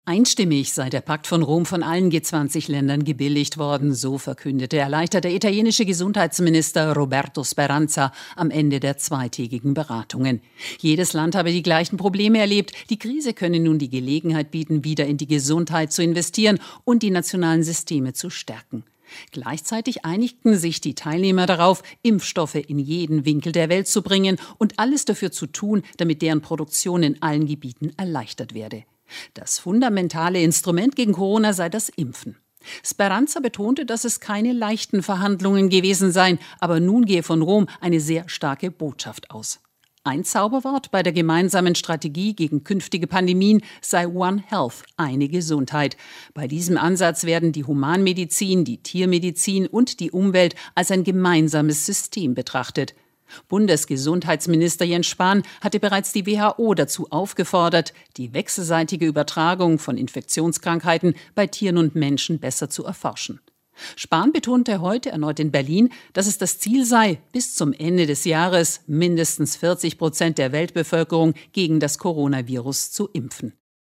Einstimmig sei der Pakt von Rom von allen G20-Ländern gebilligt worden, so verkündete erleichtert der italienische Gesundheitsminister Roberto Speranza am Ende der zweitägigen Beratungen. Jedes Land habe die gleichen Probleme erlebt. Die Krise könne nun die Gelegenheit bieten, wieder in die Gesundheit zu investieren und die nationalen Systeme zu stärken. Gleichzeitig einigten sich die Teilnehmer darauf, Impfstoffe in jeden Winkel der Welt zu bringen und alles dafür zu tun, damit deren Produktion in allen Gebieten erleichtert werde. Das fundamentale Instrument gegen Corona sei das Impfen. Speranza betonte, dass es keine leichten Verhandlungen gewesen seien, aber nun gehe von Rom eine sehr starke Botschaft aus. Ein Zauberwort bei der gemeinsamen Strategie gegen künftige Pandemien sei One Health, eine Gesundheit. Bei diesem Ansatz werden die Humanmedizin, die Tiermedizin und die Umwelt als ein gemeinsames System betrachtet. Bundesgesundheitsminister Jens Spahn hatte bereits die WHO dazu aufgefordert, die wechselseitige Übertragung von Infektionskrankheiten bei Tieren und Menschen besser zu erforschen. Spahn betonte heute erneut in Berlin, dass es das Ziel sei, bis zum Ende des Jahres mindestens 40% der Weltbevölkerung gegen das Coronavirus zu impfen.